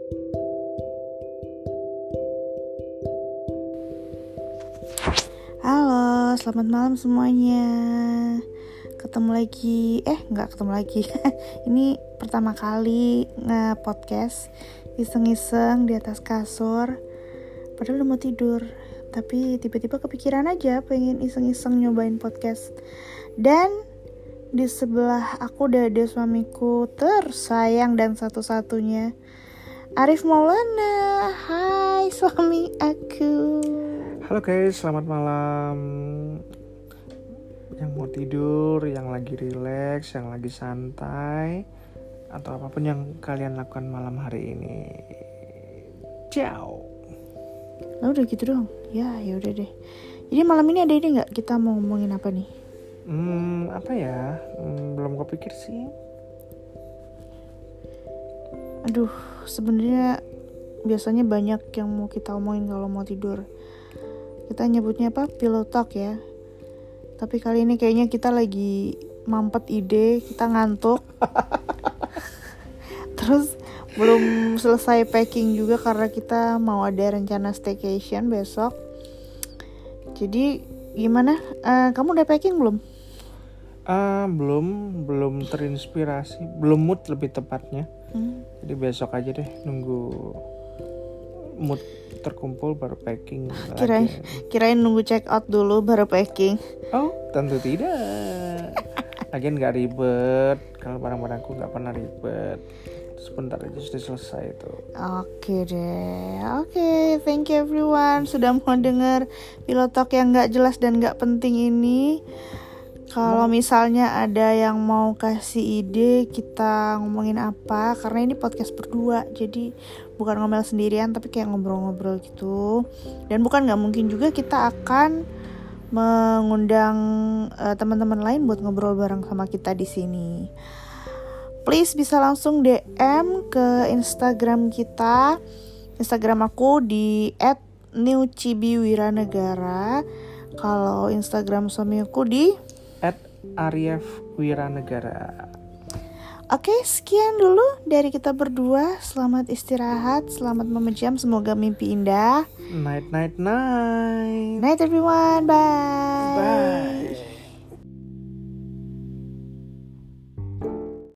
Halo, selamat malam semuanya. Nggak ketemu lagi. Ini pertama kali nge-podcast iseng-iseng di atas kasur. Padahal udah mau tidur, tapi tiba-tiba kepikiran aja pengen iseng-iseng nyobain podcast. Dan di sebelah aku udah ada suamiku tersayang dan satu-satunya, Arif Maulana. Hai suami aku. Halo guys, selamat malam. Yang mau tidur, yang lagi relax, yang lagi santai, atau apapun yang kalian lakukan malam hari ini. Ciao. Udah gitu dong. Ya udah deh. Jadi malam ini ada ide nggak? Kita mau ngomongin apa nih? Apa ya? Belum kepikir sih. Aduh, sebenarnya biasanya banyak yang mau kita omongin kalau mau tidur. Kita nyebutnya apa? Pillow talk ya. Tapi kali ini kayaknya kita lagi mampet ide, kita ngantuk. Terus belum selesai packing juga karena kita mau ada rencana staycation besok. Jadi gimana? Kamu udah packing belum? Belum terinspirasi, belum mood lebih tepatnya. Jadi besok aja deh, nunggu mood terkumpul baru packing. Kirain nunggu check out dulu baru packing. Oh, tentu tidak. Lagian gak ribet. Kalau barang-barangku gak pernah ribet. Sebentar aja sudah selesai itu. Oke deh. Oke, thank you everyone sudah mau denger Pillow Talk yang gak jelas dan gak penting ini. Kalau misalnya ada yang mau kasih ide kita ngomongin apa, karena ini podcast berdua, jadi bukan ngomel sendirian tapi kayak ngobrol-ngobrol gitu. Dan bukan gak mungkin juga kita akan mengundang teman-teman lain buat ngobrol bareng sama kita di sini. Please bisa langsung DM ke Instagram kita. Instagram aku di @newcibiwiranegara. Kalau Instagram suami aku di @ariefwiranegara. Oke, sekian dulu dari kita berdua. Selamat istirahat, selamat memejam, semoga mimpi indah. Night. Night everyone, bye. Bye.